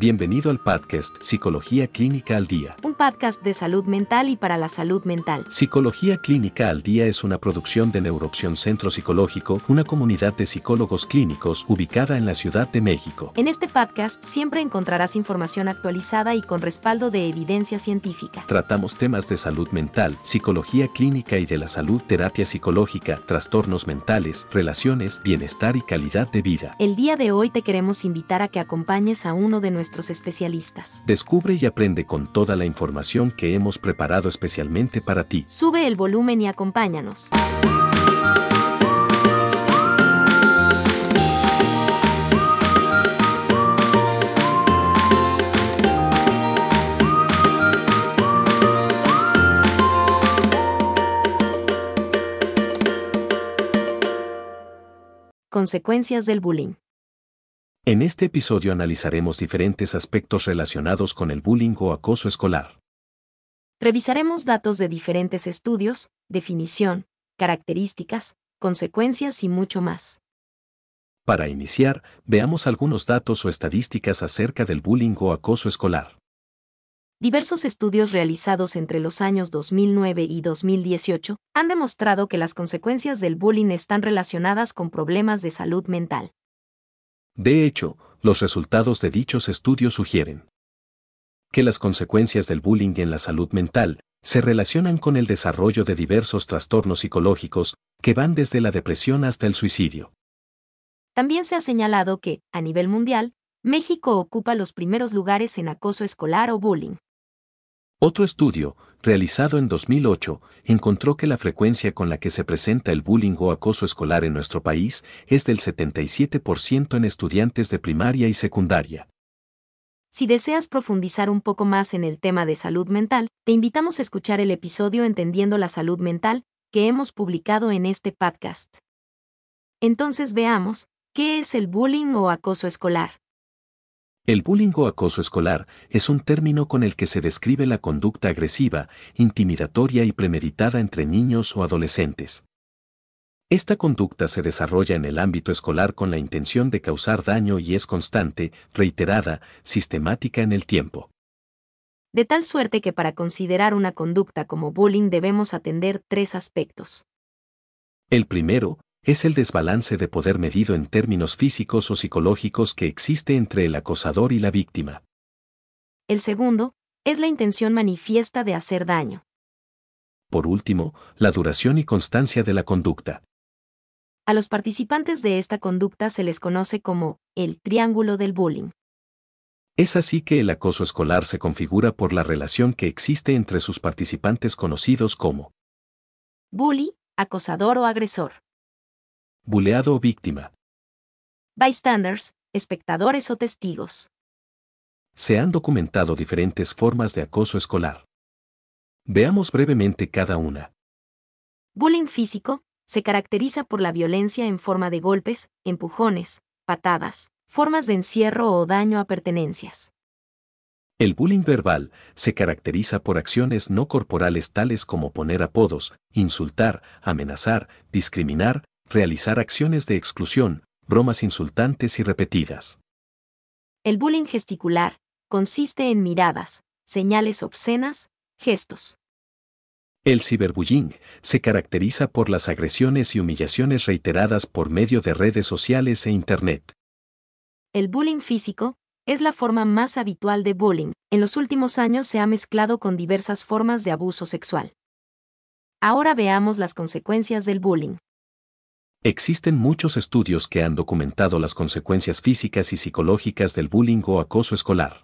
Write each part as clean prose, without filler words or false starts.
Bienvenido al podcast Psicología Clínica al Día. Un podcast de salud mental y para la salud mental. Psicología Clínica al Día es una producción de Neuroopción Centro Psicológico, una comunidad de psicólogos clínicos ubicada en la Ciudad de México. En este podcast siempre encontrarás información actualizada y con respaldo de evidencia científica. Tratamos temas de salud mental, psicología clínica y de la salud, terapia psicológica, trastornos mentales, relaciones, bienestar y calidad de vida. El día de hoy te queremos invitar a que acompañes a uno de nuestros especialistas. Descubre y aprende con toda la información que hemos preparado especialmente para ti. Sube el volumen y acompáñanos. Consecuencias del bullying. En este episodio analizaremos diferentes aspectos relacionados con el bullying o acoso escolar. Revisaremos datos de diferentes estudios, definición, características, consecuencias y mucho más. Para iniciar, veamos algunos datos o estadísticas acerca del bullying o acoso escolar. Diversos estudios realizados entre los años 2009 y 2018 han demostrado que las consecuencias del bullying están relacionadas con problemas de salud mental. De hecho, los resultados de dichos estudios sugieren que las consecuencias del bullying en la salud mental se relacionan con el desarrollo de diversos trastornos psicológicos que van desde la depresión hasta el suicidio. También se ha señalado que, a nivel mundial, México ocupa los primeros lugares en acoso escolar o bullying. Otro estudio, realizado en 2008, encontró que la frecuencia con la que se presenta el bullying o acoso escolar en nuestro país es del 77% en estudiantes de primaria y secundaria. Si deseas profundizar un poco más en el tema de salud mental, te invitamos a escuchar el episodio Entendiendo la salud mental, que hemos publicado en este podcast. Entonces veamos, ¿qué es el bullying o acoso escolar? El bullying o acoso escolar es un término con el que se describe la conducta agresiva, intimidatoria y premeditada entre niños o adolescentes. Esta conducta se desarrolla en el ámbito escolar con la intención de causar daño y es constante, reiterada, sistemática en el tiempo. De tal suerte que para considerar una conducta como bullying debemos atender tres aspectos. El primero es el desbalance de poder medido en términos físicos o psicológicos que existe entre el acosador y la víctima. El segundo es la intención manifiesta de hacer daño. Por último, la duración y constancia de la conducta. A los participantes de esta conducta se les conoce como el triángulo del bullying. Es así que el acoso escolar se configura por la relación que existe entre sus participantes conocidos como bully, acosador o agresor. Buleado o víctima. Bystanders, espectadores o testigos. Se han documentado diferentes formas de acoso escolar. Veamos brevemente cada una. Bullying físico se caracteriza por la violencia en forma de golpes, empujones, patadas, formas de encierro o daño a pertenencias. El bullying verbal se caracteriza por acciones no corporales tales como poner apodos, insultar, amenazar, discriminar, realizar acciones de exclusión, bromas insultantes y repetidas. El bullying gesticular consiste en miradas, señales obscenas, gestos. El ciberbullying se caracteriza por las agresiones y humillaciones reiteradas por medio de redes sociales e Internet. El bullying físico es la forma más habitual de bullying. En los últimos años se ha mezclado con diversas formas de abuso sexual. Ahora veamos las consecuencias del bullying. Existen muchos estudios que han documentado las consecuencias físicas y psicológicas del bullying o acoso escolar.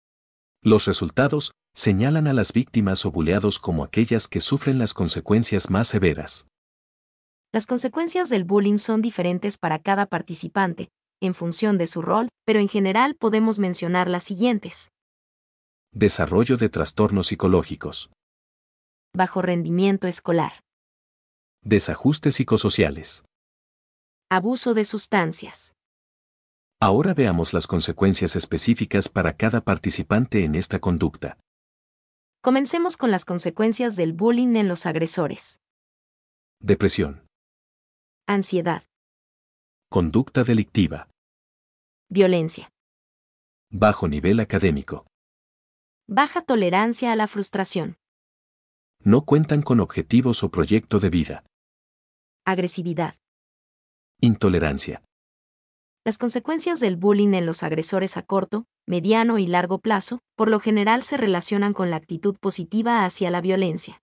Los resultados señalan a las víctimas o buleados como aquellas que sufren las consecuencias más severas. Las consecuencias del bullying son diferentes para cada participante, en función de su rol, pero en general podemos mencionar las siguientes. Desarrollo de trastornos psicológicos. Bajo rendimiento escolar. Desajustes psicosociales. Abuso de sustancias. Ahora veamos las consecuencias específicas para cada participante en esta conducta. Comencemos con las consecuencias del bullying en los agresores. Depresión. Ansiedad. Conducta delictiva. Violencia. Bajo nivel académico. Baja tolerancia a la frustración. No cuentan con objetivos o proyecto de vida. Agresividad. Intolerancia. Las consecuencias del bullying en los agresores a corto, mediano y largo plazo, por lo general se relacionan con la actitud positiva hacia la violencia,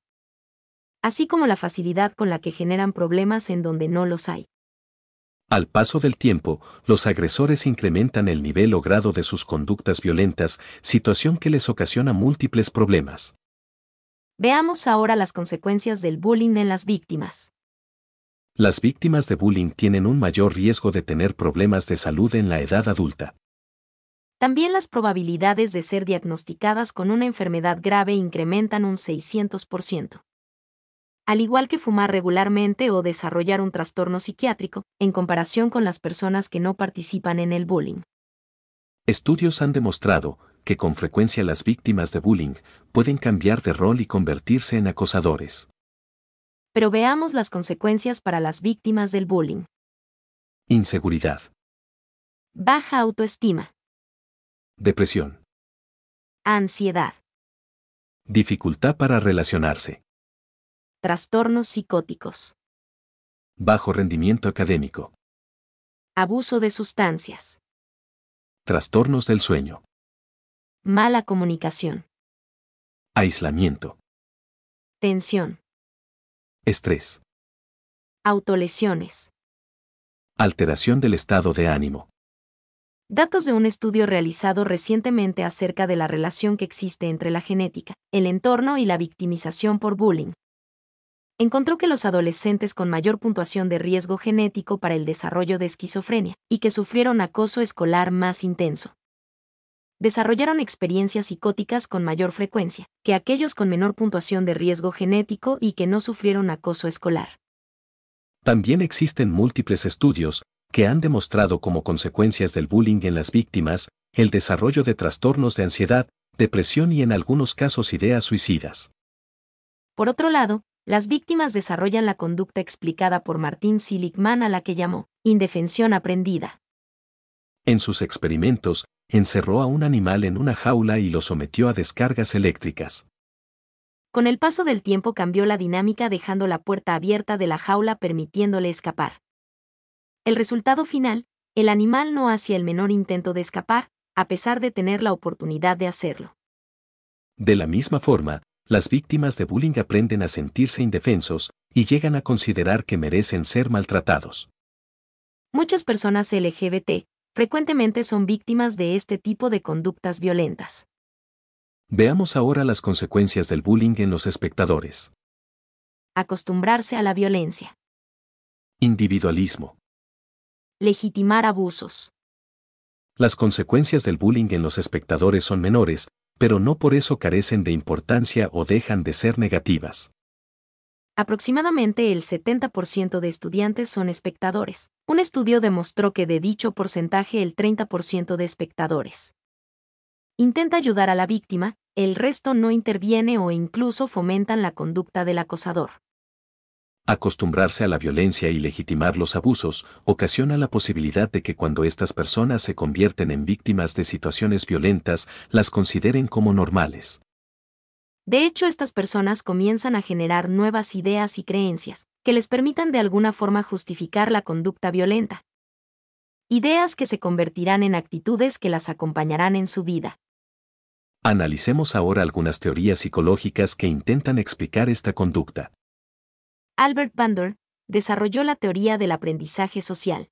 así como la facilidad con la que generan problemas en donde no los hay. Al paso del tiempo, los agresores incrementan el nivel o grado de sus conductas violentas, situación que les ocasiona múltiples problemas. Veamos ahora las consecuencias del bullying en las víctimas. Las víctimas de bullying tienen un mayor riesgo de tener problemas de salud en la edad adulta. También las probabilidades de ser diagnosticadas con una enfermedad grave incrementan un 600%. Al igual que fumar regularmente o desarrollar un trastorno psiquiátrico, en comparación con las personas que no participan en el bullying. Estudios han demostrado que con frecuencia las víctimas de bullying pueden cambiar de rol y convertirse en acosadores. Pero veamos las consecuencias para las víctimas del bullying. Inseguridad. Baja autoestima. Depresión. Ansiedad. Dificultad para relacionarse. Trastornos psicóticos. Bajo rendimiento académico. Abuso de sustancias. Trastornos del sueño. Mala comunicación. Aislamiento. Tensión. Estrés. Autolesiones. Alteración del estado de ánimo. Datos de un estudio realizado recientemente acerca de la relación que existe entre la genética, el entorno y la victimización por bullying. Encontró que los adolescentes con mayor puntuación de riesgo genético para el desarrollo de esquizofrenia y que sufrieron acoso escolar más intenso, desarrollaron experiencias psicóticas con mayor frecuencia que aquellos con menor puntuación de riesgo genético y que no sufrieron acoso escolar. También existen múltiples estudios que han demostrado como consecuencias del bullying en las víctimas el desarrollo de trastornos de ansiedad, depresión y en algunos casos ideas suicidas. Por otro lado, las víctimas desarrollan la conducta explicada por Martin Seligman a la que llamó indefensión aprendida. En sus experimentos, encerró a un animal en una jaula y lo sometió a descargas eléctricas. Con el paso del tiempo cambió la dinámica dejando la puerta abierta de la jaula permitiéndole escapar. El resultado final, el animal no hacía el menor intento de escapar, a pesar de tener la oportunidad de hacerlo. De la misma forma, las víctimas de bullying aprenden a sentirse indefensos y llegan a considerar que merecen ser maltratados. Muchas personas LGBT frecuentemente son víctimas de este tipo de conductas violentas. Veamos ahora las consecuencias del bullying en los espectadores. Acostumbrarse a la violencia. Individualismo. Legitimar abusos. Las consecuencias del bullying en los espectadores son menores, pero no por eso carecen de importancia o dejan de ser negativas. Aproximadamente el 70% de estudiantes son espectadores. Un estudio demostró que de dicho porcentaje el 30% de espectadores intenta ayudar a la víctima, el resto no interviene o incluso fomentan la conducta del acosador. Acostumbrarse a la violencia y legitimar los abusos ocasiona la posibilidad de que cuando estas personas se convierten en víctimas de situaciones violentas, las consideren como normales. De hecho, estas personas comienzan a generar nuevas ideas y creencias que les permitan de alguna forma justificar la conducta violenta. Ideas que se convertirán en actitudes que las acompañarán en su vida. Analicemos ahora algunas teorías psicológicas que intentan explicar esta conducta. Albert Bandura desarrolló la teoría del aprendizaje social.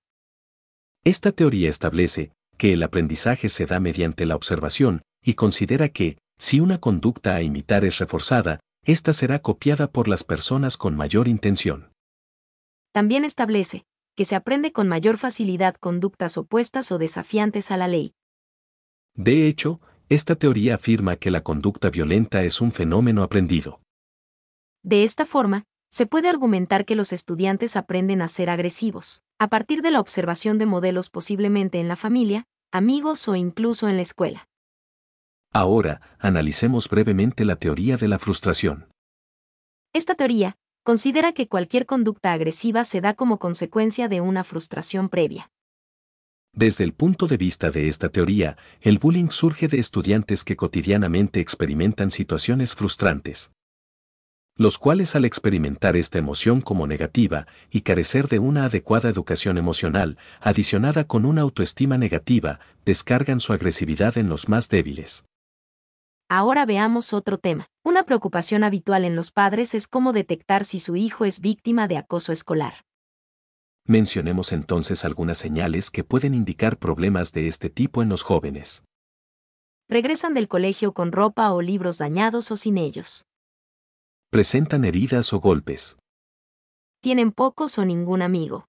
Esta teoría establece que el aprendizaje se da mediante la observación y considera que, si una conducta a imitar es reforzada, ésta será copiada por las personas con mayor intención. También establece que se aprende con mayor facilidad conductas opuestas o desafiantes a la ley. De hecho, esta teoría afirma que la conducta violenta es un fenómeno aprendido. De esta forma, se puede argumentar que los estudiantes aprenden a ser agresivos, a partir de la observación de modelos posiblemente en la familia, amigos o incluso en la escuela. Ahora, analicemos brevemente la teoría de la frustración. Esta teoría considera que cualquier conducta agresiva se da como consecuencia de una frustración previa. Desde el punto de vista de esta teoría, el bullying surge de estudiantes que cotidianamente experimentan situaciones frustrantes, los cuales al experimentar esta emoción como negativa y carecer de una adecuada educación emocional, adicionada con una autoestima negativa, descargan su agresividad en los más débiles. Ahora veamos otro tema. Una preocupación habitual en los padres es cómo detectar si su hijo es víctima de acoso escolar. Mencionemos entonces algunas señales que pueden indicar problemas de este tipo en los jóvenes. Regresan del colegio con ropa o libros dañados o sin ellos. Presentan heridas o golpes. Tienen pocos o ningún amigo.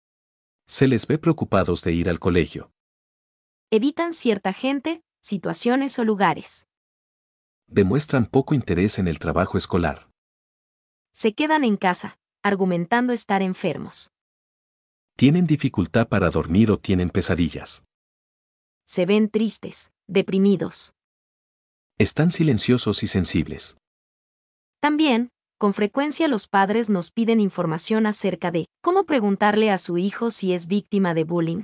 Se les ve preocupados de ir al colegio. Evitan cierta gente, situaciones o lugares. Demuestran poco interés en el trabajo escolar. Se quedan en casa, argumentando estar enfermos. Tienen dificultad para dormir o tienen pesadillas. Se ven tristes, deprimidos. Están silenciosos y sensibles. También, con frecuencia los padres nos piden información acerca de cómo preguntarle a su hijo si es víctima de bullying.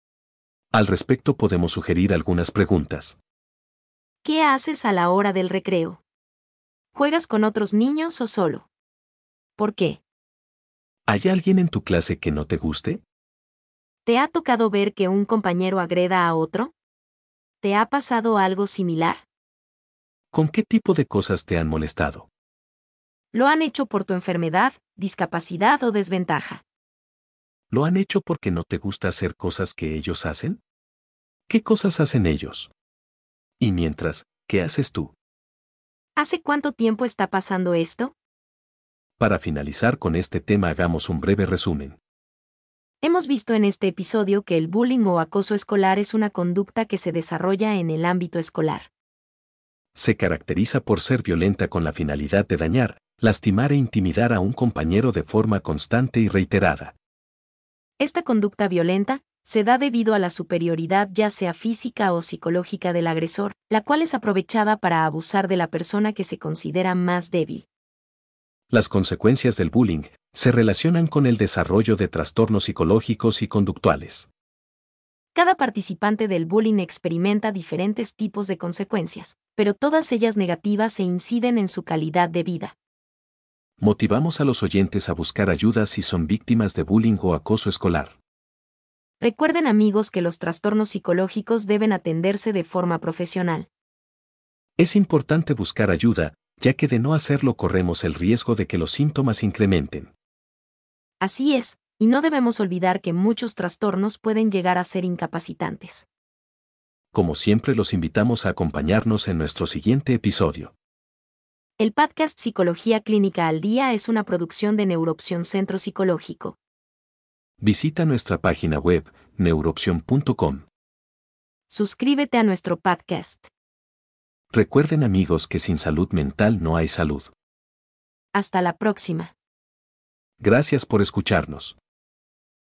Al respecto podemos sugerir algunas preguntas. ¿Qué haces a la hora del recreo? ¿Juegas con otros niños o solo? ¿Por qué? ¿Hay alguien en tu clase que no te guste? ¿Te ha tocado ver que un compañero agreda a otro? ¿Te ha pasado algo similar? ¿Con qué tipo de cosas te han molestado? ¿Lo han hecho por tu enfermedad, discapacidad o desventaja? ¿Lo han hecho porque no te gusta hacer cosas que ellos hacen? ¿Qué cosas hacen ellos? Y mientras, ¿qué haces tú? ¿Hace cuánto tiempo está pasando esto? Para finalizar con este tema hagamos un breve resumen. Hemos visto en este episodio que el bullying o acoso escolar es una conducta que se desarrolla en el ámbito escolar. Se caracteriza por ser violenta con la finalidad de dañar, lastimar e intimidar a un compañero de forma constante y reiterada. Esta conducta violenta se da debido a la superioridad ya sea física o psicológica del agresor, la cual es aprovechada para abusar de la persona que se considera más débil. Las consecuencias del bullying se relacionan con el desarrollo de trastornos psicológicos y conductuales. Cada participante del bullying experimenta diferentes tipos de consecuencias, pero todas ellas negativas e inciden en su calidad de vida. Motivamos a los oyentes a buscar ayuda si son víctimas de bullying o acoso escolar. Recuerden amigos que los trastornos psicológicos deben atenderse de forma profesional. Es importante buscar ayuda, ya que de no hacerlo corremos el riesgo de que los síntomas incrementen. Así es, y no debemos olvidar que muchos trastornos pueden llegar a ser incapacitantes. Como siempre los invitamos a acompañarnos en nuestro siguiente episodio. El podcast Psicología Clínica al Día es una producción de Neuroopción Centro Psicológico. Visita nuestra página web, neuroopción.com. Suscríbete a nuestro podcast. Recuerden amigos que sin salud mental no hay salud. Hasta la próxima. Gracias por escucharnos.